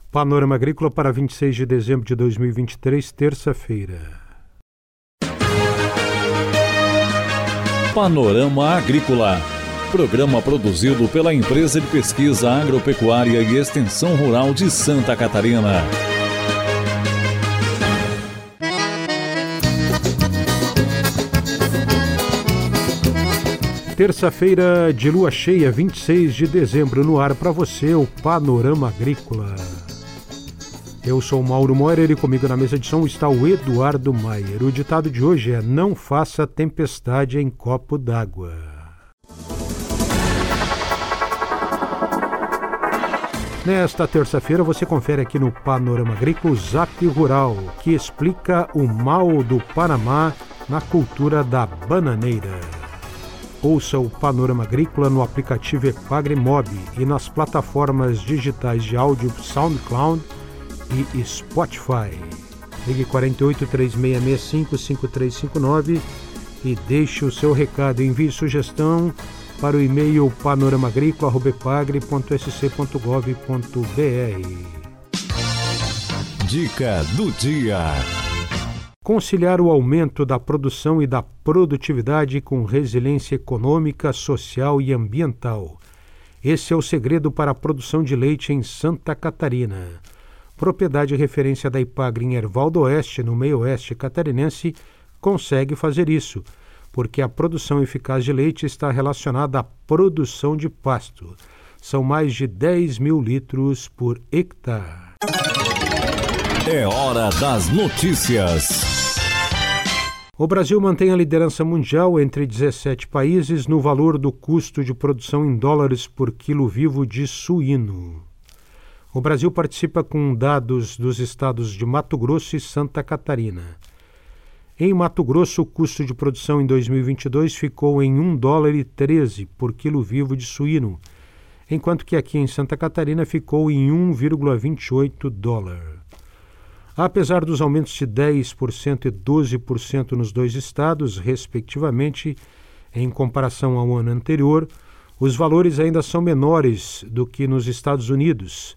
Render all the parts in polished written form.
Panorama Agrícola para 26 de dezembro de 2023, terça-feira. Panorama Agrícola, programa produzido pela Empresa de Pesquisa Agropecuária e Extensão Rural de Santa Catarina. Terça-feira de lua cheia, 26 de dezembro, no ar para você, o Panorama Agrícola. Eu sou o Mauro Morer e comigo na mesa de som está o Eduardo Maier. O ditado de hoje é: não faça tempestade em copo d'água. Nesta terça-feira você confere aqui no Panorama Agrícola o Zap Rural, que explica o mal do Panamá na cultura da bananeira. Ouça o Panorama Agrícola no aplicativo Epagre-Mob e nas plataformas digitais de áudio SoundCloud e Spotify. Ligue 48-3665-5359 e deixe o seu recado. Envie sugestão para o e-mail panoramaagrícola@epagre.sc.gov.br. Dica do dia. Conciliar o aumento da produção e da produtividade com resiliência econômica, social e ambiental. Esse é o segredo para a produção de leite em Santa Catarina. Propriedade e referência da Ipagre em Erval do Oeste, no meio-oeste catarinense, consegue fazer isso, porque a produção eficaz de leite está relacionada à produção de pasto. São mais de 10 mil litros por hectare. É hora das notícias. O Brasil mantém a liderança mundial entre 17 países no valor do custo de produção em dólares por quilo vivo de suíno. O Brasil participa com dados dos estados de Mato Grosso e Santa Catarina. Em Mato Grosso, o custo de produção em 2022 ficou em $1,13 por quilo vivo de suíno, enquanto que aqui em Santa Catarina ficou em $1,28. Apesar dos aumentos de 10% e 12% nos dois estados, respectivamente, em comparação ao ano anterior, os valores ainda são menores do que nos Estados Unidos,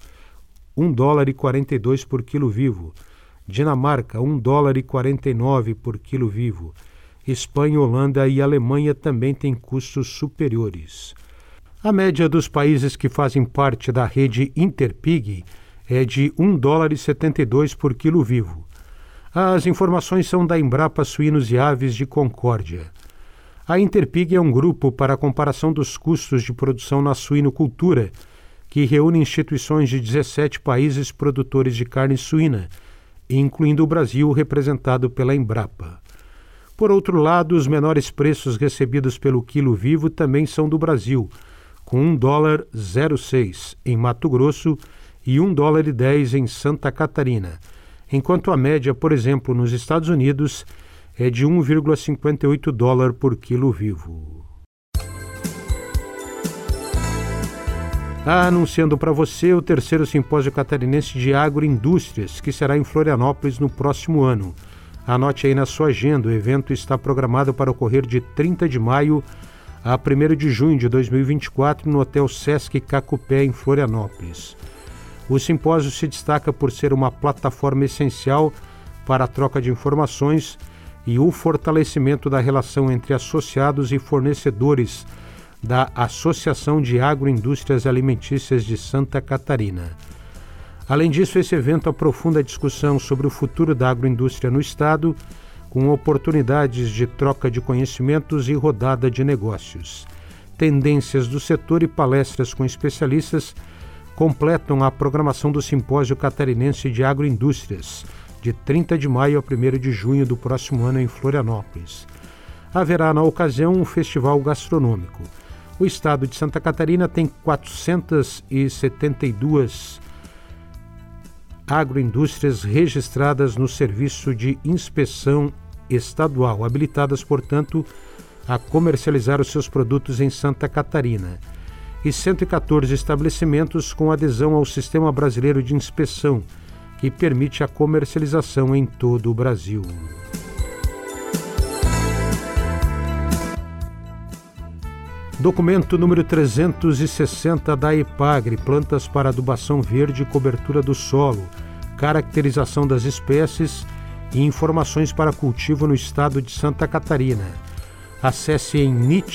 $1,42 por quilo vivo, Dinamarca, $1,49 por quilo vivo, Espanha, Holanda e Alemanha também têm custos superiores. A média dos países que fazem parte da rede Interpig é de $1,72 por quilo vivo. As informações são da Embrapa Suínos e Aves de Concórdia. A Interpig é um grupo para a comparação dos custos de produção na suinocultura, que reúne instituições de 17 países produtores de carne suína, incluindo o Brasil, representado pela Embrapa. Por outro lado, os menores preços recebidos pelo quilo vivo também são do Brasil, com $1,06 em Mato Grosso e $1,10 em Santa Catarina, enquanto a média, por exemplo, nos Estados Unidos é de $1,58 por quilo vivo. Anunciando para você o terceiro simpósio catarinense de agroindústrias, que será em Florianópolis no próximo ano. Anote aí na sua agenda, o evento está programado para ocorrer de 30 de maio a 1º de junho de 2024 no Hotel Sesc Cacupé, em Florianópolis. O simpósio se destaca por ser uma plataforma essencial para a troca de informações e o fortalecimento da relação entre associados e fornecedores da Associação de Agroindústrias Alimentícias de Santa Catarina. Além disso, esse evento aprofunda a discussão sobre o futuro da agroindústria no estado, com oportunidades de troca de conhecimentos e rodada de negócios. Tendências do setor e palestras com especialistas completam a programação do Simpósio Catarinense de Agroindústrias, de 30 de maio a 1º de junho do próximo ano em Florianópolis. Haverá, na ocasião, um festival gastronômico. O estado de Santa Catarina tem 472 agroindústrias registradas no Serviço de Inspeção Estadual, habilitadas, portanto, a comercializar os seus produtos em Santa Catarina, e 114 estabelecimentos com adesão ao Sistema Brasileiro de Inspeção, que permite a comercialização em todo o Brasil. Documento número 360 da EPAGRE, plantas para adubação verde e cobertura do solo, caracterização das espécies e informações para cultivo no estado de Santa Catarina. Acesse em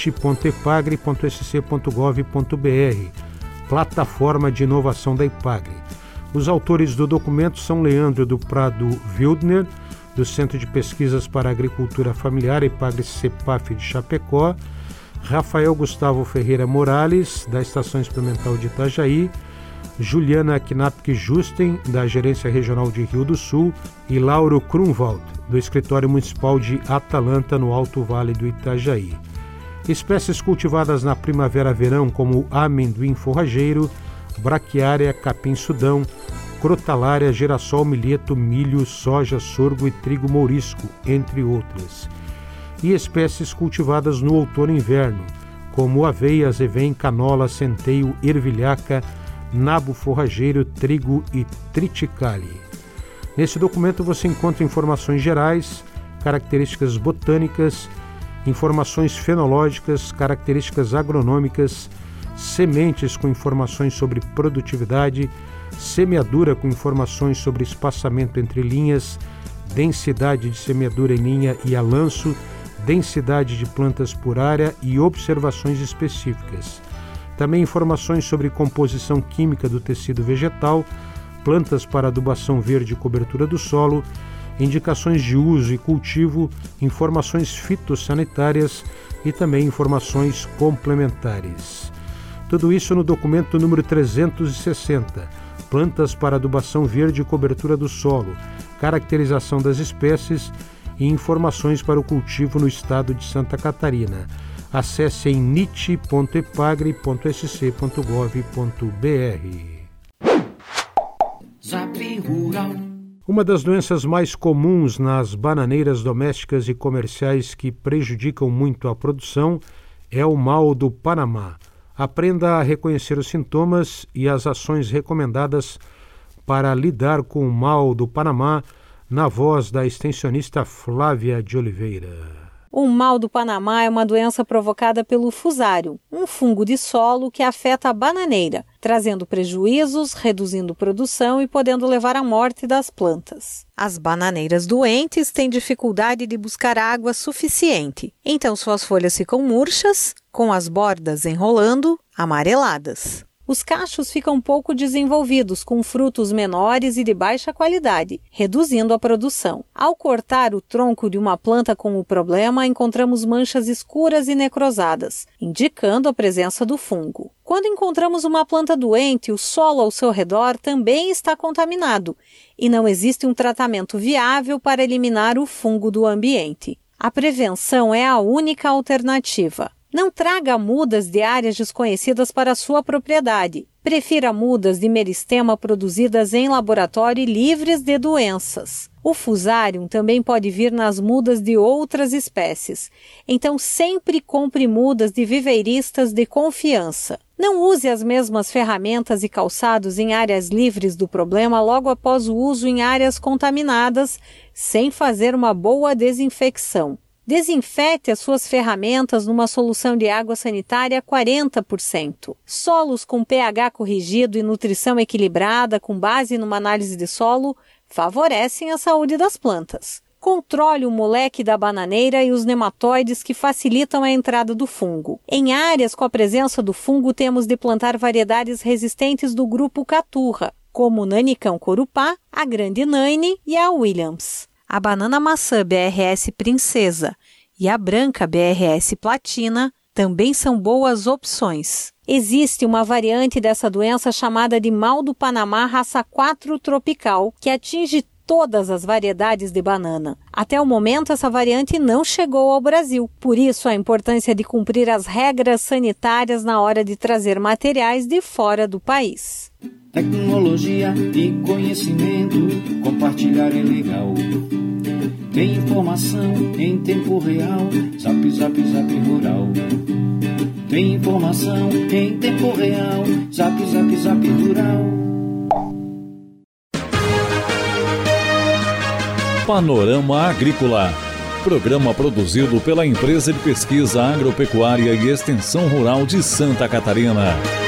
nit.epagre.sc.gov.br, plataforma de inovação da EPAGRE. Os autores do documento são Leandro do Prado Wildner, do Centro de Pesquisas para a Agricultura Familiar EPAGRE-CEPAF de Chapecó, Rafael Gustavo Ferreira Morales, da Estação Experimental de Itajaí, Juliana Knapke-Justen, da Gerência Regional de Rio do Sul, e Lauro Krumwald, do Escritório Municipal de Atalanta, no Alto Vale do Itajaí. Espécies cultivadas na primavera-verão, como amendoim forrageiro, braquiária, capim-sudão, crotalária, girassol, milheto, milho, soja, sorgo e trigo mourisco, entre outras. E espécies cultivadas no outono e inverno, como aveia, azevém, canola, centeio, ervilhaca, nabo forrageiro, trigo e triticale. Nesse documento você encontra informações gerais, características botânicas, informações fenológicas, características agronômicas, sementes com informações sobre produtividade, semeadura com informações sobre espaçamento entre linhas, densidade de semeadura em linha e a lanço, densidade de plantas por área e observações específicas. Também informações sobre composição química do tecido vegetal, plantas para adubação verde e cobertura do solo, indicações de uso e cultivo, informações fitossanitárias e também informações complementares. Tudo isso no documento número 360, Plantas para adubação verde e cobertura do solo, caracterização das espécies e informações para o cultivo no estado de Santa Catarina. Acesse em nit.epagre.sc.gov.br. Uma das doenças mais comuns nas bananeiras domésticas e comerciais que prejudicam muito a produção é o mal do Panamá. Aprenda a reconhecer os sintomas e as ações recomendadas para lidar com o mal do Panamá na voz da extensionista Flávia de Oliveira. O mal do Panamá é uma doença provocada pelo fusário, um fungo de solo que afeta a bananeira, trazendo prejuízos, reduzindo produção e podendo levar à morte das plantas. As bananeiras doentes têm dificuldade de buscar água suficiente, então suas folhas ficam murchas, com as bordas enrolando, amareladas. Os cachos ficam pouco desenvolvidos, com frutos menores e de baixa qualidade, reduzindo a produção. Ao cortar o tronco de uma planta com o problema, encontramos manchas escuras e necrosadas, indicando a presença do fungo. Quando encontramos uma planta doente, o solo ao seu redor também está contaminado e não existe um tratamento viável para eliminar o fungo do ambiente. A prevenção é a única alternativa. Não traga mudas de áreas desconhecidas para a sua propriedade. Prefira mudas de meristema produzidas em laboratório e livres de doenças. O Fusarium também pode vir nas mudas de outras espécies. Então sempre compre mudas de viveiristas de confiança. Não use as mesmas ferramentas e calçados em áreas livres do problema logo após o uso em áreas contaminadas, sem fazer uma boa desinfecção. Desinfete as suas ferramentas numa solução de água sanitária 40%. Solos com pH corrigido e nutrição equilibrada com base numa análise de solo favorecem a saúde das plantas. Controle o moleque da bananeira e os nematóides que facilitam a entrada do fungo. Em áreas com a presença do fungo, temos de plantar variedades resistentes do grupo Caturra, como o Nanicão Corupá, a Grande Nane e a Williams. A banana maçã BRS Princesa e a branca BRS Platina também são boas opções. Existe uma variante dessa doença chamada de mal do Panamá raça 4 tropical, que atinge todas as variedades de banana. Até o momento, essa variante não chegou ao Brasil. Por isso, a importância de cumprir as regras sanitárias na hora de trazer materiais de fora do país. Tecnologia e conhecimento, compartilhar é legal. Tem informação em tempo real, Zap Zap Zap Rural. Tem informação em tempo real, Zap Zap Zap Rural. Panorama Agrícola. Programa produzido pela Empresa de Pesquisa Agropecuária e Extensão Rural de Santa Catarina.